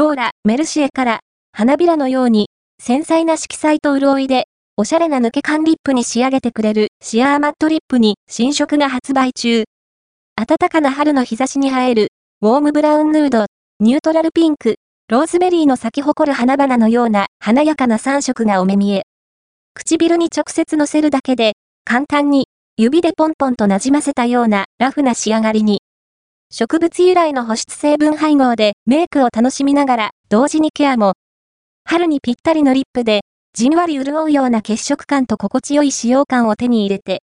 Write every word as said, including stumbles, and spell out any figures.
ローラ、メルシエから、花びらのように、繊細な色彩と潤いで、おしゃれな抜け感リップに仕上げてくれるシアーマットリップに新色が発売中。暖かな春の日差しに映える、ウォームブラウンヌード、ニュートラルピンク、ローズベリーの咲き誇る花々のような華やかなさん色がお目見え。唇に直接乗せるだけで、簡単に指でポンポンと馴染ませたようなラフな仕上がりに。植物由来の保湿成分配合でメイクを楽しみながら同時にケアも。春にぴったりのリップで、じんわり潤うような血色感と心地よい使用感を手に入れて、